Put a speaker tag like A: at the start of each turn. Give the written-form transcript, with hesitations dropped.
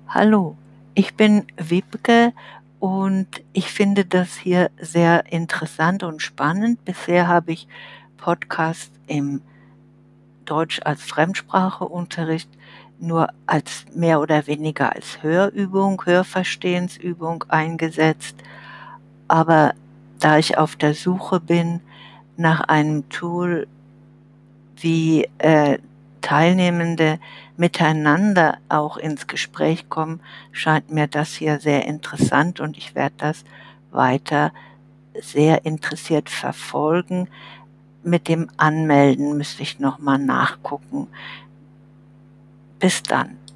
A: Hallo, ich bin Wiebke und ich finde das hier sehr interessant und spannend. Bisher habe ich Podcasts im Deutsch als Fremdspracheunterricht nur als mehr oder weniger als Hörübung, Hörverstehensübung eingesetzt. Aber da ich auf der Suche bin nach einem Tool, wie Teilnehmende miteinander auch ins Gespräch kommen, scheint mir das hier sehr interessant und ich werde das weiter sehr interessiert verfolgen. Mit dem Anmelden müsste ich noch mal nachgucken. Bis dann.